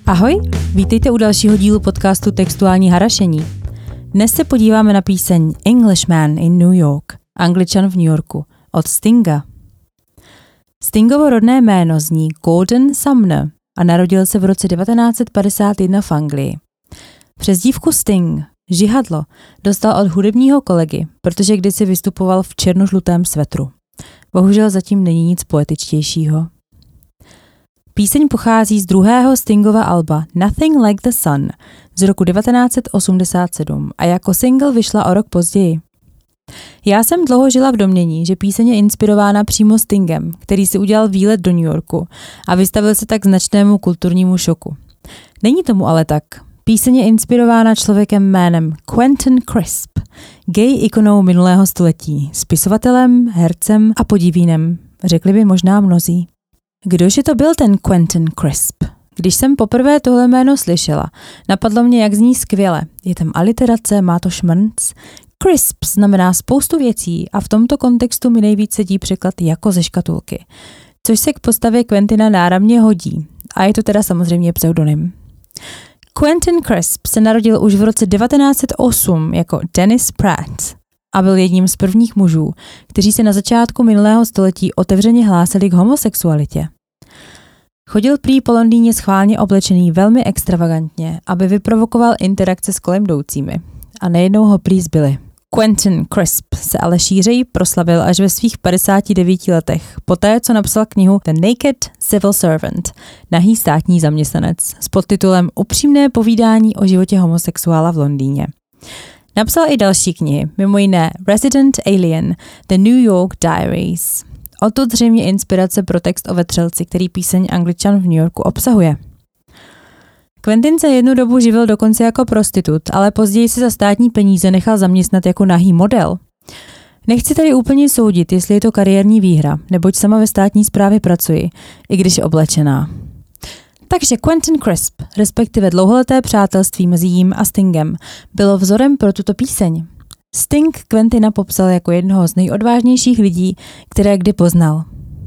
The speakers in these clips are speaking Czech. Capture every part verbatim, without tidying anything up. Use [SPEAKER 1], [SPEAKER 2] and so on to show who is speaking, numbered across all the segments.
[SPEAKER 1] Ahoj, vítejte u dalšího dílu podcastu Textuální harašení. Dnes se podíváme na píseň Englishman in New York, Angličan v New Yorku, od Stinga. Stingovo rodné jméno zní Gordon Sumner a narodil se v roce devatenáct set padesát jedna v Anglii. Přezdívku Sting, žihadlo, dostal od hudebního kolegy, protože kdysi vystupoval v černožlutém svetru. Bohužel zatím není nic poetičtějšího. Píseň pochází z druhého Stingova alba Nothing Like the Sun z roku devatenáct set osmdesát sedm a jako single vyšla o rok později. Já jsem dlouho žila v domnění, že píseň je inspirována přímo Stingem, který si udělal výlet do New Yorku a vystavil se tak značnému kulturnímu šoku. Není tomu ale tak. Píseň je inspirována člověkem jménem Quentin Crisp, gay ikonou minulého století, spisovatelem, hercem a podivínem, řekli by možná mnozí. Kdože to byl ten Quentin Crisp? Když jsem poprvé tohle jméno slyšela, napadlo mě, jak zní skvěle. Je tam aliterace, má to šmrnc. Crisp znamená spoustu věcí a v tomto kontextu mi nejvíc sedí překlad jako ze škatulky, což se k postavě Quentina náramně hodí. A je to teda samozřejmě pseudonym. Quentin Crisp se narodil už v roce devatenáct set osm jako Dennis Pratt a byl jedním z prvních mužů, kteří se na začátku minulého století otevřeně hlásili k homosexualitě. Chodil prý po Londýně schválně oblečený velmi extravagantně, aby vyprovokoval interakce s kolem jdoucími. A nejednou ho prý zbyli. Quentin Crisp se ale šířeji proslavil až ve svých padesáti devíti letech, poté co napsal knihu The Naked Civil Servant, nahý státní zaměstnanec, s podtitulem Upřímné povídání o životě homosexuála v Londýně. Napsal i další knihy, mimo jiné Resident Alien, The New York Diaries. Odtud zřejmě inspirace pro text o vetřelci, který píseň Angličan v New Yorku obsahuje. Quentin se jednu dobu živil dokonce jako prostitut, ale později se za státní peníze nechal zaměstnat jako nahý model. Nechci tady úplně soudit, jestli je to kariérní výhra, neboť sama ve státní správě pracuji, i když je oblečená. Takže Quentin Crisp, respektive dlouholeté přátelství mezi jím a Stingem, bylo vzorem pro tuto píseň. Sting Quentina popsal jako jednoho z nejodvážnějších lidí, které kdy poznal.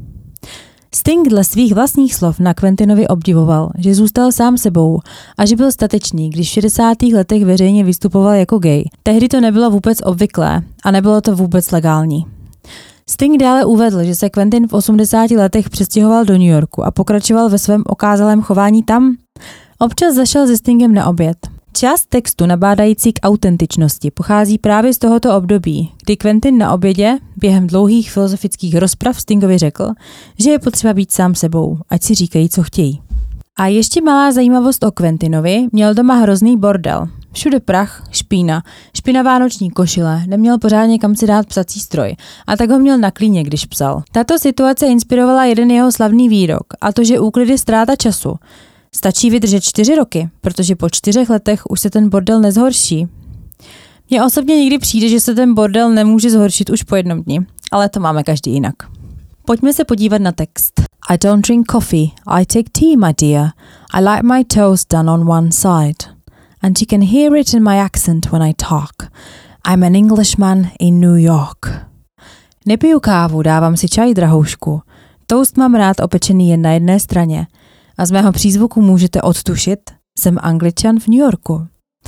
[SPEAKER 1] Sting dle svých vlastních slov na Quentinovi obdivoval, že zůstal sám sebou a že byl statečný, když v šedesátých letech veřejně vystupoval jako gay. Tehdy to nebylo vůbec obvyklé a nebylo to vůbec legální. Sting dále uvedl, že se Quentin v osmdesáti letech přestěhoval do New Yorku a pokračoval ve svém okázalém chování tam. Občas zašel se Stingem na oběd. Část textu nabádající k autentičnosti pochází právě z tohoto období, kdy Quentin na obědě během dlouhých filozofických rozprav Stingovi řekl, že je potřeba být sám sebou, ať si říkají, co chtějí. A ještě malá zajímavost o Quentinovi, měl doma hrozný bordel. Všude prach, špína, špinavá noční košile, neměl pořádně kam si dát psací stroj a tak ho měl na klíně, když psal. Tato situace inspirovala jeden jeho slavný výrok, a to, že úklid je ztráta času. Stačí vydržet čtyři roky, protože po čtyřech letech už se ten bordel nezhorší. Mně osobně někdy přijde, že se ten bordel nemůže zhoršit už po jednom dni, ale to máme každý jinak. Pojďme se podívat na text. I don't drink coffee, I take tea, my dear. I like my toast done on one side. And you can hear it in my accent when I talk. I'm an Englishman in New York. Nepiju kávu, dávám si čaj, drahoušku. Toast mám rád opečený jen na jedné straně. A z mého přízvuku můžete odtušit, jsem Angličan v New Yorku.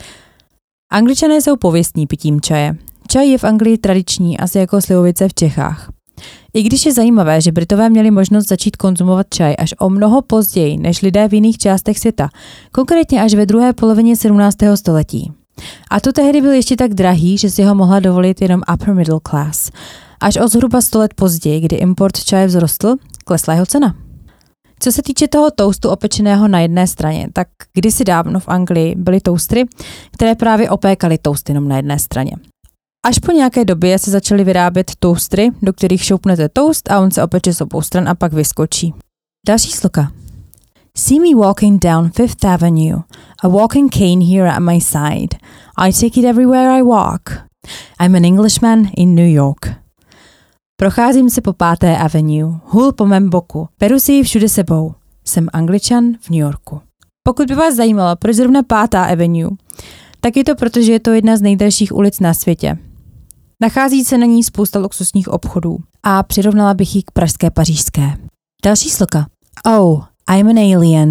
[SPEAKER 1] Angličané jsou pověstní pitím čaje. Čaj je v Anglii tradiční, asi jako slivovice v Čechách. I když je zajímavé, že Britové měli možnost začít konzumovat čaj až o mnoho později než lidé v jiných částech světa, konkrétně až ve druhé polovině sedmnáctého století. A to tehdy byl ještě tak drahý, že si ho mohla dovolit jenom upper middle class. Až o zhruba sto let později, kdy import čaje vzrostl, klesla jeho cena. Co se týče toho toastu opečeného na jedné straně, tak kdysi dávno v Anglii byly toastry, které právě opékaly toast jenom na jedné straně. Až po nějaké době se začaly vyrábět toastry, do kterých šoupnete toast a on se opeče z obou stran a pak vyskočí. Další sloka. See me walking down Fifth Avenue, a walking cane here at my side. I take it everywhere I walk. I'm an Englishman in New York. Procházím se po Páté Avenue, hůl po mém boku, peru si ji všude sebou. Jsem Angličan v New Yorku. Pokud by vás zajímalo, proč zrovna Pátá Avenue, tak je to proto, že je to jedna z nejdelších ulic na světě. Nachází se na ní spousta luxusních obchodů a přirovnala bych ji k pražské Pařížské. Další sloka. Oh, I'm an alien.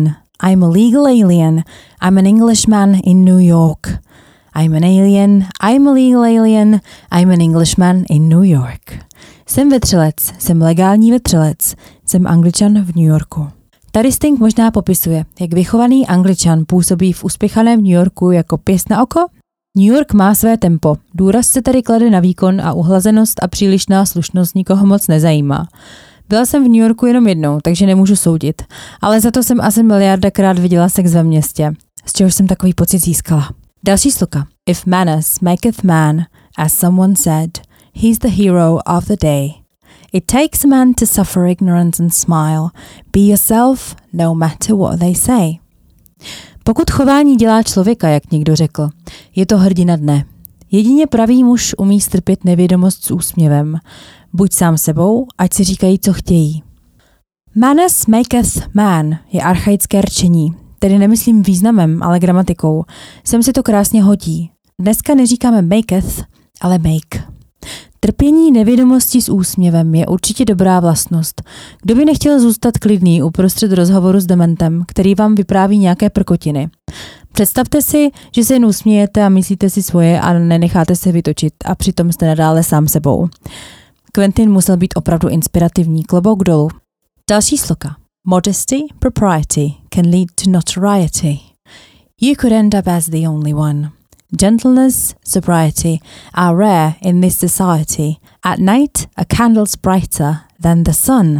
[SPEAKER 1] I'm a legal alien. I'm an Englishman in New York. I'm an alien. I'm a legal alien. I'm an Englishman in New York. Jsem vetřelec. Jsem legální vetřelec. Jsem Angličan v New Yorku. Tady Sting možná popisuje, jak vychovaný Angličan působí v uspěchaném New Yorku jako pěst na oko. New York má své tempo. Důraz se tady klade na výkon a uhlazenost a přílišná slušnost nikoho moc nezajímá. Byla jsem v New Yorku jenom jednou, takže nemůžu soudit, ale za to jsem asi miliardakrát viděla sex ve městě, z čehož jsem takový pocit získala. Další sloka. If manners maketh man, as someone said, he's the hero of the day. It takes a man to suffer ignorance and smile. Be yourself, no matter what they say. Pokud chování dělá člověka, jak někdo řekl, je to hrdina dne. Jedině pravý muž umí strpět nevědomost s úsměvem. Buď sám sebou, ať si říkají, co chtějí. Manners maketh man je archaické rčení, tedy nemyslím významem, ale gramatikou. Sem si to krásně hodí. Dneska neříkáme maketh, ale make. Trpění nevědomosti s úsměvem je určitě dobrá vlastnost. Kdo by nechtěl zůstat klidný uprostřed rozhovoru s dementem, který vám vypráví nějaké prkotiny? Představte si, že se jen usmějete a myslíte si svoje a nenecháte se vytočit a přitom jste nadále sám sebou. Quentin musel být opravdu inspirativní, klobouk dolů. Další sloka. Modesty, propriety can lead to notoriety. You could end up as the only one. Gentleness, sobriety are rare in this society. At night, a candle's brighter than the sun.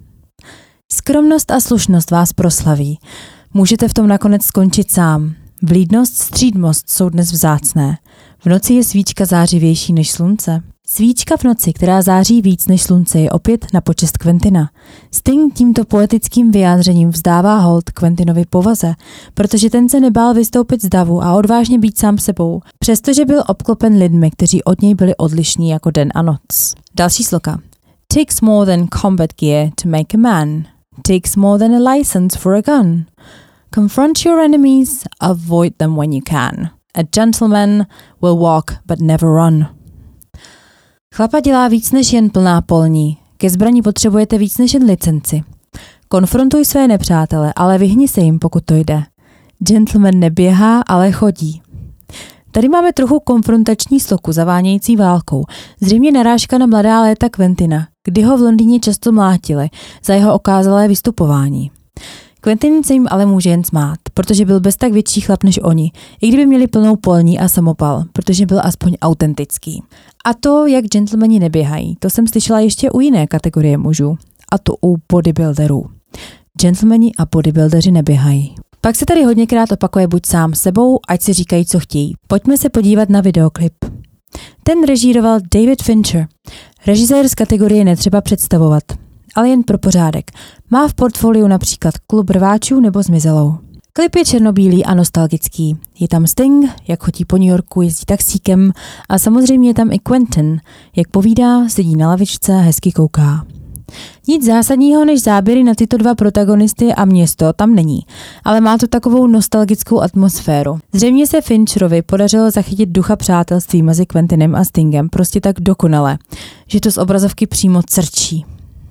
[SPEAKER 1] Skromnost a slušnost vás proslaví. Můžete v tom nakonec skončit sám. Vlídnost, střídmost jsou dnes vzácné. V noci je svíčka zářivější než slunce. Svíčka v noci, která září víc než slunce, je opět na počest Quentina. Sting tímto poetickým vyjádřením vzdává hold Quentinovi povaze, protože ten se nebál vystoupit z davu a odvážně být sám sebou, přestože byl obklopen lidmi, kteří od něj byli odlišní jako den a noc. Další sloka. Takes more than combat gear to make a man. Takes more than a license for a gun. Confront your enemies, avoid them when you can. A gentleman will walk but never run. Chlapa dělá víc než jen plná polní. Ke zbraní potřebujete víc než jen licenci. Konfrontuj své nepřátele, ale vyhni se jim, pokud to jde. Gentleman neběhá, ale chodí. Tady máme trochu konfrontační sloku zavánějící válkou. Zřejmě narážka na mladá léta Quentina, kdy ho v Londýně často mlátili za jeho okázalé vystupování. Quentin se jim ale může jen smát, protože byl bez tak větší chlap než oni, i kdyby měli plnou polní a samopal, protože byl aspoň autentický. A to, jak gentlemani neběhají, to jsem slyšela ještě u jiné kategorie mužů, a to u bodybuilderů. Gentlemani a bodybuildeři neběhají. Pak se tady hodněkrát opakuje buď sám sebou, ať si říkají, co chtějí. Pojďme se podívat na videoklip. Ten režíroval David Fincher. Režisér z kategorie netřeba představovat, ale jen pro pořádek. Má v portfoliu například Klub rváčů nebo Zmizelou. Klip je černobílý a nostalgický. Je tam Sting, jak chodí po New Yorku, jezdí taxíkem a samozřejmě je tam i Quentin, jak povídá, sedí na lavičce a hezky kouká. Nic zásadního než záběry na tyto dva protagonisty a město tam není, ale má to takovou nostalgickou atmosféru. Zřejmě se Fincherovi podařilo zachytit ducha přátelství mezi Quentinem a Stingem prostě tak dokonale, že to z obrazovky přímo crčí.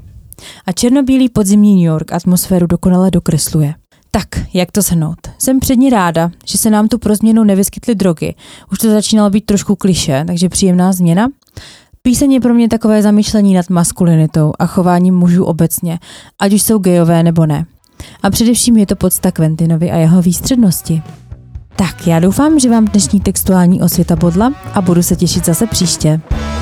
[SPEAKER 1] A černobílý podzimní New York atmosféru dokonale dokresluje. Tak, jak to shrnout? Jsem předně ráda, že se nám tu pro změnu nevyskytly drogy. Už to začínalo být trošku klišé, takže příjemná změna. Píseň je pro mě takové zamýšlení nad maskulinitou a chováním mužů obecně, ať už jsou gejové nebo ne. A především je to podsta Quentinovi a jeho výstřednosti. Tak, já doufám, že vám dnešní textuální osvěta bodla a budu se těšit zase příště.